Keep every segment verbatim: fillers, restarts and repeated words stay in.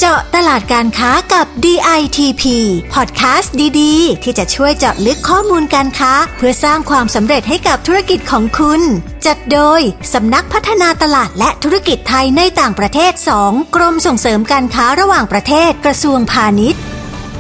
เจาะตลาดการค้ากับ ดี ไอ ที พี พอดแคสต์ดีๆที่จะช่วยเจาะลึกข้อมูลการค้าเพื่อสร้างความสำเร็จให้กับธุรกิจของคุณจัดโดยสำนักพัฒนาตลาดและธุรกิจไทยในต่างประเทศสองกรมส่งเสริมการค้าระหว่างประเทศกระทรวงพาณิชย์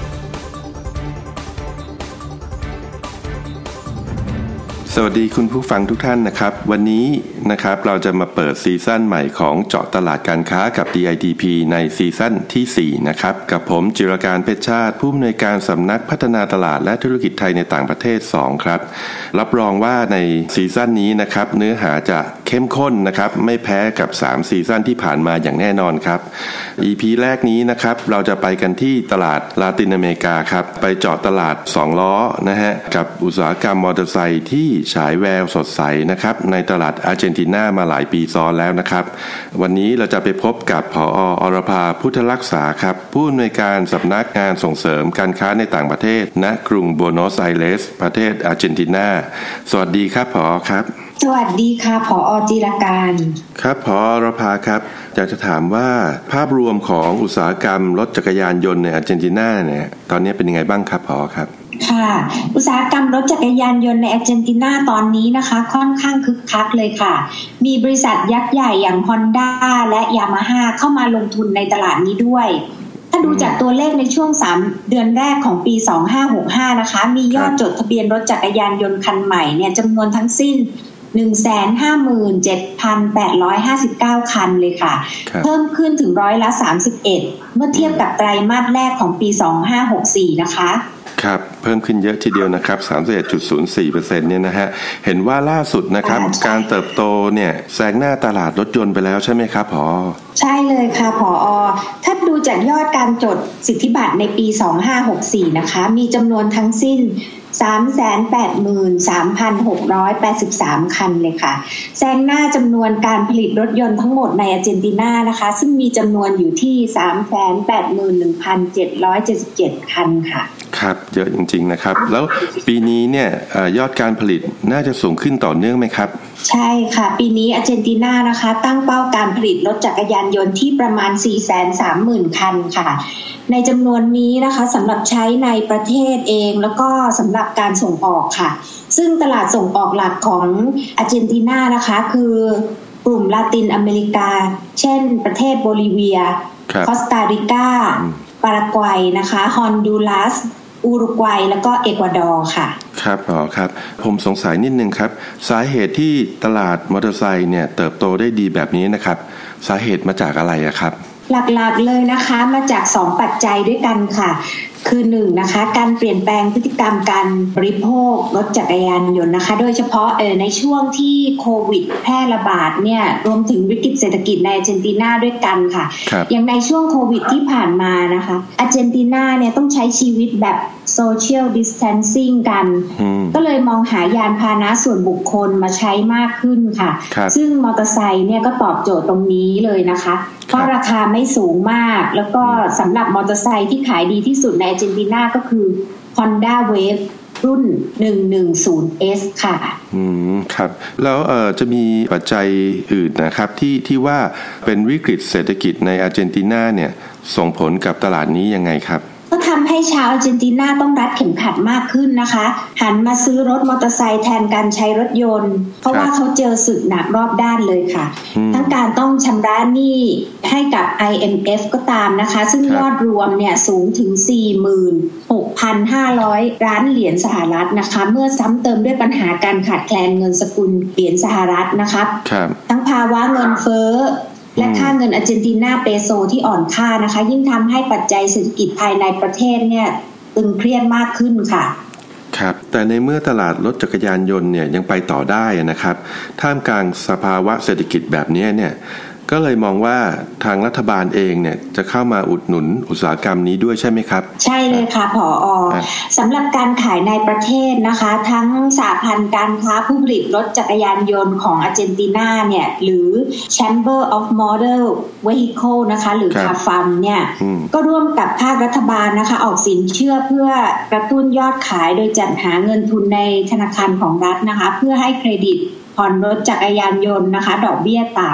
สวัสดีคุณผู้ฟังทุกท่านนะครับวันนี้นะครับเราจะมาเปิดซีซั่นใหม่ของเจาะตลาดการค้ากับ ดี ไอ ที พี ในซีซั่นที่สี่นะครับกับผมจิรการเพชรชาติผู้อำนวยการสำนักพัฒนาตลาดและธุรกิจไทยในต่างประเทศสองครับรับรองว่าในซีซั่นนี้นะครับเนื้อหาจะเข้มข้นนะครับไม่แพ้กับสามซีซั่นที่ผ่านมาอย่างแน่นอนครับ อี พี แรกนี้นะครับเราจะไปกันที่ตลาดลาตินอเมริกาครับไปเจาะตลาดสองล้อนะฮะกับอุตสาหกรรมมอเตอร์ไซค์ที่ฉายแววสดใสนะครับในตลาดอาร์เจนตินามาหลายปีซ้อนแล้วนะครับวันนี้เราจะไปพบกับผอ.อรภาพุทธรักษาครับผู้อำนวยการสำนักงานส่งเสริมการค้าในต่างประเทศณกรุงบัวโนสไอเรสประเทศอาร์เจนตินาสวัสดีครับผอ.ครับสวัสดีค่ะผอ.จิรการครับผอ.อรภาครับอยากจะถามว่าภาพรวมของอุตสาหกรรมรถจักรยานยนต์ในอาร์เจนตินาเนี่ยตอนนี้เป็นยังไงบ้างครับผอ.ครับค่ะอุตสาหกรรมรถจักรยานยนต์ในอาร์เจนตินาตอนนี้นะคะค่อนข้างคึกคักเลยค่ะมีบริษัทยักษ์ใหญ่อย่าง Honda และ Yamaha เข้ามาลงทุนในตลาดนี้ด้วยถ้าดูจากตัวเลขในช่วงสามเดือนแรกของปีสองพันห้าร้อยหกสิบห้านะคะมียอดจดทะเบียนรถจักรยานยนต์คันใหม่เนี่ยจำนวนทั้งสิ้น หนึ่งแสนห้าหมื่นเจ็ดพันแปดร้อยห้าสิบเก้า คันเลยค่ะเพิ่มขึ้นถึงร้อยละสามสิบเอ็ดเมื่อเทียบกับไตรมาสแรกของปีสองพันห้าร้อยหกสิบสี่นะคะครับเพิ่มขึ้นเยอะทีเดียวนะครับ สามสิบเอ็ดจุดศูนย์สี่เปอร์เซ็นต์ เนี่ยนะฮะเห็นว่าล่าสุดนะครับการเติบโตเนี่ยแซงหน้าตลาดรถยนต์ไปแล้วใช่ไหมครับผอ. ใช่เลยค่ะผอ.ถ้าดูจากยอดการจดสิทธิบัตรในปีสองพันห้าร้อยหกสิบสี่นะคะมีจำนวนทั้งสิ้น สามแสนแปดหมื่นสามพันหกร้อยแปดสิบสาม คันเลยค่ะแซงหน้าจำนวนการผลิตรถยนต์ทั้งหมดในอาร์เจนตินานะคะซึ่งมีจำนวนอยู่ที่ สามแสนแปดหมื่นหนึ่งพันเจ็ดร้อยเจ็ดสิบเจ็ด คันค่ะครับเยอะจริงๆนะครับแล้วปีนี้เนี่ยยอดการผลิตน่าจะสูงขึ้นต่อเนื่องไหมครับใช่ค่ะปีนี้อาร์เจนตินานะคะตั้งเป้าการผลิตรถจักรยานยนต์ที่ประมาณ สี่แสนสามหมื่น คันค่ะในจำนวนนี้นะคะสำหรับใช้ในประเทศเองแล้วก็สำหรับการส่งออกค่ะซึ่งตลาดส่งออกหลักของอาร์เจนตินานะคะคือกลุ่มลาตินอเมริกาเช่นประเทศโบลิเวียคอสตาริกาปารากวัยนะคะฮอนดูรัสอุรุกวัยแล้วก็เอกวาดอร์ค่ะครับอ๋อครับผมสงสัยนิดนึงครับสาเหตุที่ตลาดมอเตอร์ไซค์เนี่ยเติบโตได้ดีแบบนี้นะครับสาเหตุมาจากอะไรอะครับหลักๆเลยนะคะมาจากสองปัจจัยด้วยกันค่ะคือหนึ่งนะคะการเปลี่ยนแปลงพฤติกรรมการบริโภครถจักรยานยนต์นะคะโดยเฉพาะเออในช่วงที่โควิดแพร่ระบาดเนี่ยรวมถึงวิกฤตเศรษฐกิจในอาร์เจนตินาด้วยกันค่ะอย่างในช่วงโควิดที่ผ่านมานะคะอาร์เจนตินาเนี่ยต้องใช้ชีวิตแบบโซเชียลดิสแทนซิ่งกันก็เลยมองหายานพาหนะส่วนบุคคลมาใช้มากขึ้นค่ะซึ่งมอเตอร์ไซค์เนี่ยก็ตอบโจทย์ตรงนี้เลยนะคะเพราะราคาไม่สูงมากแล้วก็สำหรับมอเตอร์ไซค์ที่ขายดีที่สุดในอาร์เจนตินาก็คือ Honda Wave รุ่น หนึ่งหนึ่งศูนย์ เอส ค่ะอืมครับแล้วเอ่อจะมีปัจจัยอื่นนะครับที่ที่ว่าเป็นวิกฤตเศรษฐกิจในอาร์เจนตินาเนี่ยส่งผลกับตลาดนี้ยังไงครับก็ทำให้ชาวอาร์เจนตินาต้องรัดเข็มขัดมากขึ้นนะคะหันมาซื้อรถมอเตอร์ไซค์แทนการใช้รถยนต์เพราะว่าเขาเจอศึกหนักรอบด้านเลยค่ะทั้งการต้องชำระหนี้ให้กับ ไอ เอ็ม เอฟ ก็ตามนะคะซึ่งยอดรวมเนี่ยสูงถึง สี่หมื่นหกพันห้าร้อย ล้านเหรียญสหรัฐนะคะเมื่อซ้ำเติมด้วยปัญหาการขาดแคลนเงินสกุลเหรียญสหรัฐนะคะทั้งภาวะเงินเฟ้อและค่าเงินอาร์เจนตินาเปโซที่อ่อนค่านะคะยิ่งทำให้ปัจจัยเศรษฐกิจภายในประเทศเนี่ยตึงเครียดมากขึ้นค่ะครับแต่ในเมื่อตลาดรถจักรยานยนต์เนี่ยยังไปต่อได้นะครับท่ามกลางสภาวะเศรษฐกิจแบบนี้เนี่ยก็เลยมองว่าทางรัฐบาลเองเนี่ยจะเข้ามาอุดหนุนอุตสาหกรรมนี้ด้วยใช่ไหมครับใช่เลยค่ะผอ.สำหรับการขายในประเทศนะคะทั้งสหพันธ์การค้าผู้ผลิตรถจักรยานยนต์ของอาร์เจนตินาเนี่ยหรือ Chamber of Motor Vehicle นะคะหรือ ซี เอ เอ เอ เอ็ม เนี่ยก็ร่วมกับภาครัฐบาลนะคะออกสินเชื่อเพื่อกระตุ้นยอดขายโดยจัดหาเงินทุนในธนาคารของรัฐนะคะเพื่อให้เครดิตผ่อนรถจักรยานยนต์นะคะดอกเบี้ยต่ำ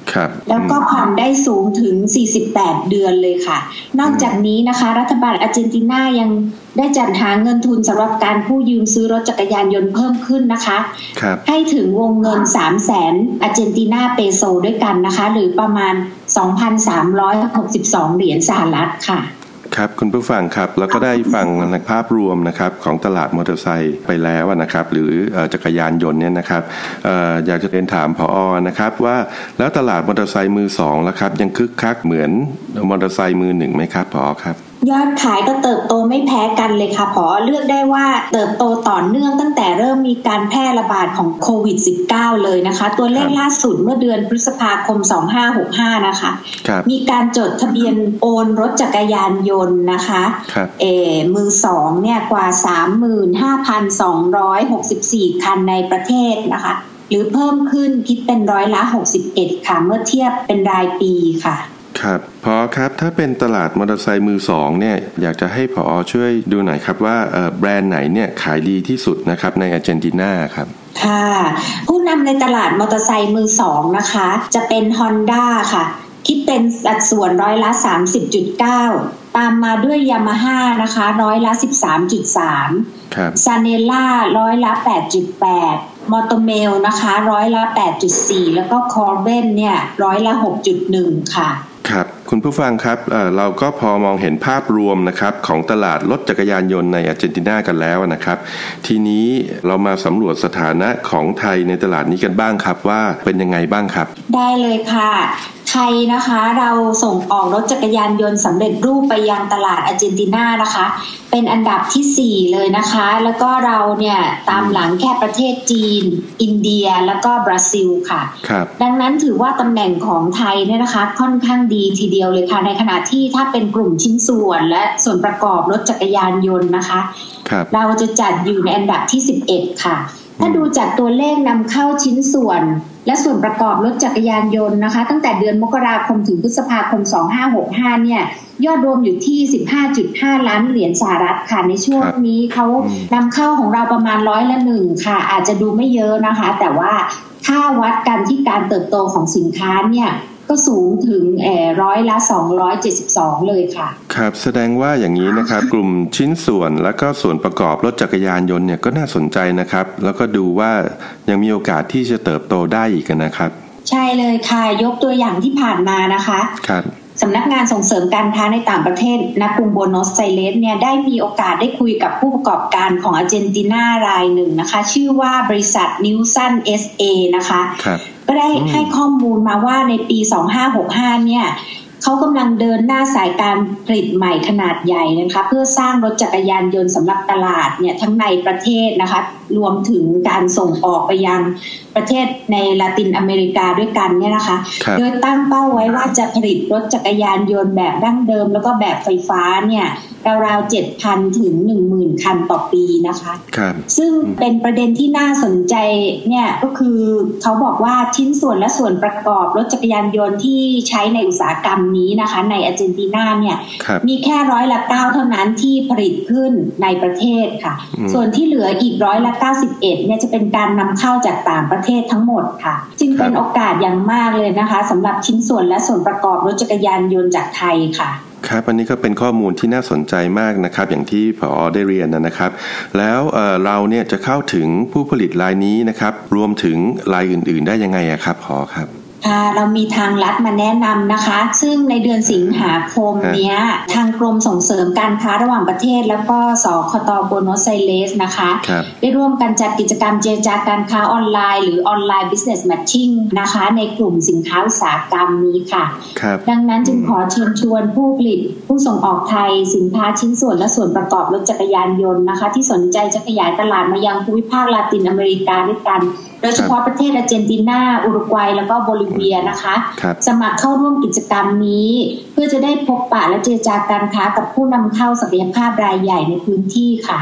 ครับแล้วก็ผ่อนได้สูงถึงสี่สิบแปดเดือนเลยค่ะนอกจากนี้นะคะรัฐบาลอาร์เจนตินายังได้จัดหาเงินทุนสำหรับการกู้ยืมซื้อรถจักรยานยนต์เพิ่มขึ้นนะคะให้ถึงวงเงิน สามแสน อาร์เจนตินาเปโซด้วยกันนะคะหรือประมาณ สองพันสามร้อยหกสิบสอง เหรียญสหรัฐค่ะครับคุณผู้ฟังครับแล้วก็ได้ฟังในภาพรวมนะครับของตลาดมอเตอร์ไซค์ไปแล้วนะครับหรือจักรยานยนต์เนี่ยนะครับ เอ่อ อยากจะเรียนถามผอ.นะครับว่าแล้วตลาดมอเตอร์ไซค์มือสองล่ะครับยังคึกคักเหมือนมอเตอร์ไซค์มือหนึ่งไหมครับผอ.ครับยอดขายก็เติบโตไม่แพ้กันเลยค่ะผอ.เลือกได้ว่าเติบโตต่อเนื่องตั้งแต่เริ่มมีการแพร่ระบาดของโควิด สิบเก้า เลยนะคะตัวเลขล่าสุดเมื่อเดือนพฤษภาคมสองพันห้าร้อยหกสิบห้านะคะมีการจดทะเบียนโอนรถจักรยานยนต์นะคะเออมือสองเนี่ยกว่า สามหมื่นห้าพันสองร้อยหกสิบสี่ คันในประเทศนะคะหรือเพิ่มขึ้นคิดเป็นร้อยละหกสิบเอ็ดค่ะเมื่อเทียบเป็นรายปีค่ะครับพอครับถ้าเป็นตลาดมอเตอร์ไซค์มือสองเนี่ยอยากจะให้ผอ.ช่วยดูหน่อยครับว่าแบรนด์ไหนเนี่ยขายดีที่สุดนะครับในอาร์เจนตินาครับค่ะผู้นำในตลาดมอเตอร์ไซค์มือสองนะคะจะเป็น Honda ค่ะคิดเป็นสัดส่วนร้อยละ สามสิบจุดเก้า ตามมาด้วย Yamaha นะคะร้อยละ สิบสามจุดสามครับ Sanela ร้อยละ แปดจุดแปด Motomel นะคะร้อยละ แปดจุดสี่ แล้วก็ Corben เนี่ยร้อยละ หกจุดหนึ่ง ค่ะครับคุณผู้ฟังครับ เอ่อ เราก็พอมองเห็นภาพรวมนะครับของตลาดรถจักรยานยนต์ในอาร์เจนตินากันแล้วนะครับทีนี้เรามาสำรวจสถานะของไทยในตลาดนี้กันบ้างครับว่าเป็นยังไงบ้างครับได้เลยค่ะไทยนะคะเราส่งออกรถจักรยานยนต์สำเร็จรูปไปยังตลาดอาร์เจนตินานะคะเป็นอันดับที่สี่เลยนะคะแล้วก็เราเนี่ยตามหลังแค่ประเทศจีนอินเดียแล้วก็บราซิลค่ะครับดังนั้นถือว่าตำแหน่งของไทยเนี่ยนะคะค่อนข้างดีทีเดียวเลยค่ะในขณะที่ถ้าเป็นกลุ่มชิ้นส่วนและส่วนประกอบรถจักรยานยนต์นะคะครับเราจะจัดอยู่ในอันดับที่สิบเอ็ดค่ะถ้าดูจากตัวเลขนำเข้าชิ้นส่วนและส่วนประกอบรถจักรยานยนต์นะคะตั้งแต่เดือนมกราคมถึงพฤษภาคมสองพันห้าร้อยหกสิบห้าเนี่ยยอดรวมอยู่ที่ สิบห้าจุดห้า ล้านเหรียญสหรัฐค่ะในช่วงนี้เขานำเข้าของเราประมาณร้อยละหนึ่งค่ะอาจจะดูไม่เยอะนะคะแต่ว่าถ้าวัดกันที่การเติบโตของสินค้าเนี่ยก็สูงถึงเอ่อร้อยละสองร้อยเจ็ดสิบสองเลยค่ะครับแสดงว่าอย่างนี้นะครับกลุ่มชิ้นส่วนแล้วก็ส่วนประกอบรถจักรยานยนต์เนี่ยก็น่าสนใจนะครับแล้วก็ดูว่ายังมีโอกาสที่จะเติบโตได้อีกนะครับใช่เลยค่ะยกตัวอย่างที่ผ่านมานะคะครับสำนักงานส่งเสริมการค้าในต่างประเทศณกรุงโบโนสไอเรสเนี่ยได้มีโอกาสได้คุยกับผู้ประกอบการของอาร์เจนตินารายหนึ่งนะคะชื่อว่าบริษัทนิวซัน เอส เอ นะคะก็ได้ให้ข้อมูลมาว่าในปีสองพันห้าร้อยหกสิบห้าเนี่ยเขากำลังเดินหน้าสายการผลิตใหม่ขนาดใหญ่นะคะเพื่อสร้างรถจักรยานยนต์สำหรับตลาดเนี่ยทั้งในประเทศนะคะรวมถึงการส่งออกไปยังประเทศในลาตินอเมริกาด้วยกันเนี่ยนะคะโดยตั้งเป้าไว้ว่าจะผลิตรถจักรยานยนต์แบบดั้งเดิมแล้วก็แบบไฟฟ้าเนี่ยราวๆ เจ็ดพัน ถึง หนึ่งหมื่น คันต่อปีนะคะซึ่งเป็นประเด็นที่น่าสนใจเนี่ยก็คือเขาบอกว่าชิ้นส่วนและส่วนประกอบรถจักรยานยนต์ที่ใช้ในอุตสาหกรรมนี้นะคะในอาร์เจนตินาเนี่ยมีแค่ร้อยละเก้าเท่านั้นที่ผลิตขึ้นในประเทศค่ะส่วนที่เหลืออีกร้อยละเก้าสิบเอ็ดเนี่ยจะเป็นการนำเข้าจากต่างประเทศทั้งหมดค่ะจึงเป็นโอกาสอย่างมากเลยนะคะสำหรับชิ้นส่วนและส่วนประกอบรถจักรยานยนต์จากไทยค่ะครับอันนี้ก็เป็นข้อมูลที่น่าสนใจมากนะครับอย่างที่ผอ.ได้เรียนนะครับแล้วเอ่อเราเนี่ยจะเข้าถึงผู้ผลิตรายนี้นะครับรวมถึงรายอื่นๆได้ยังไงอะครับผอ.ครับค่ะเรามีทางลัดมาแนะนำนะคะซึ่งในเดือนสิงหาคมเนี้ยทางกรมส่งเสริมการค้าระหว่างประเทศแล้วก็สคต.โบโนสไอเรสนะคะได้ร่วมกันจัดกิจกรรมเจรจาการค้าออนไลน์หรือออนไลน์ Business Matching นะคะในกลุ่มสินค้าอุตสาหกรรมนี้ค่ะดังนั้นจึงขอเชิญชวนผู้ผลิตผู้ส่งออกไทยสินค้าชิ้นส่วนและส่วนประกอบรถจักรยานยนต์นะคะที่สนใจจะขยายตลาดมายังภูมิภาคลาตินอเมริกาด้วยกันโดยเฉพาะประเทศอาร์เจนตินาอุรุกวัยแล้วก็โบลิเวียนะคะสมัครเข้าร่วมกิจกรรมนี้เพื่อจะได้พบปะและเจรจาการค้ากับผู้นำเข้าศักยภาพรายใหญ่ในพื้นที่ค่ะ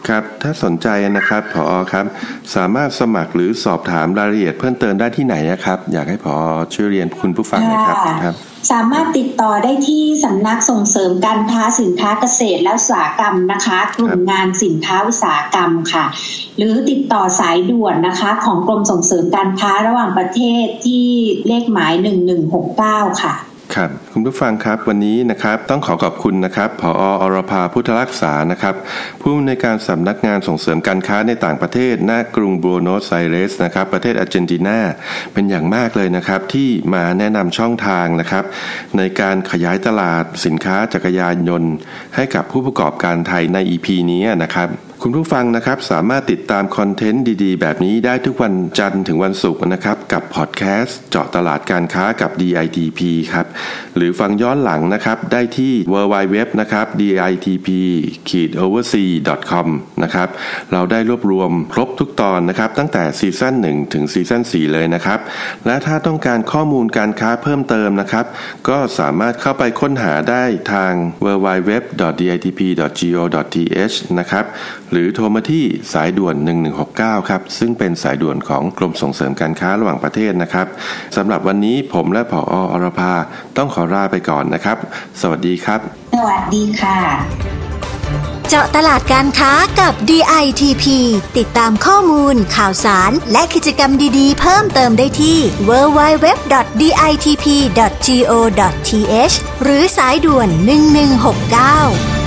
ครับถ้าสนใจนะครับผอ.ครับสามารถสมัครหรือสอบถามรายละเอียดเพิ่มเติมได้ที่ไหนนะครับอยากให้ผอ.ช่วยเรียนคุณผู้ฟังหน่อยครับครับสามารถติดต่อได้ที่สำนักส่งเสริมการค้าสินค้าเกษตรและอุตสาหกรรมนะคะกลุ่มงานสินค้าอุตสาหกรรมค่ะหรือติดต่อสายด่วนนะคะของกรมส่งเสริมการค้าระหว่างประเทศที่เลขหมายหนึ่งหนึ่งหกเก้าค่ะครับคุณผู้ฟังครับวันนี้นะครับต้องขอขอบคุณนะครับผอ.อรภาพุทธรักษานะครับผู้อำนวยการสำนักงานส่งเสริมการค้าในต่างประเทศณกรุงบัวโนสไอเรสนะครับประเทศอาร์เจนตินาเป็นอย่างมากเลยนะครับที่มาแนะนำช่องทางนะครับในการขยายตลาดสินค้าจักรยานยนต์ให้กับผู้ประกอบการไทยใน อี พี นี้นะครับคุณผู้ฟังนะครับสามารถติดตามคอนเทนต์ดีๆแบบนี้ได้ทุกวันจันทร์ถึงวันศุกร์นะครับกับพอดแคสต์เจาะตลาดการค้ากับ ดี ไอ ที พี ครับหรือฟังย้อนหลังนะครับได้ที่ ดับเบิลยู ดับเบิลยู ดับเบิลยู ดับเบิลยู ดอท นะครับ ดี ไอ ที พี โอเวอร์ซี ดอท คอม นะครับเราได้รวบรวมครบทุกตอนนะครับตั้งแต่ซีซั่นหนึ่งถึงซีซั่นสี่เลยนะครับและถ้าต้องการข้อมูลการค้าเพิ่มเติมนะครับก็สามารถเข้าไปค้นหาได้ทาง ดับเบิลยู ดับเบิลยู ดับเบิลยู ดอท ดี ไอ ที พี ดอท จี โอ ดอท ที เอช นะครับหรือโทรมาที่สายด่วนหนึ่งหนึ่งหกเก้าครับซึ่งเป็นสายด่วนของกรมส่งเสริมการค้าระหว่างประเทศนะครับสำหรับวันนี้ผมและผอ.อรภาต้องขอลาไปก่อนนะครับสวัสดีครับสวัสดีค่ะเจาะตลาดการค้ากับ ดี ไอ ที พี ติดตามข้อมูลข่าวสารและกิจกรรมดีๆเพิ่มเติมได้ที่ ดับเบิลยู ดับเบิลยู ดับเบิลยู ดอท ดี ไอ ที พี ดอท จี โอ ดอท ที เอช หรือสายด่วนหนึ่งหนึ่งหกเก้า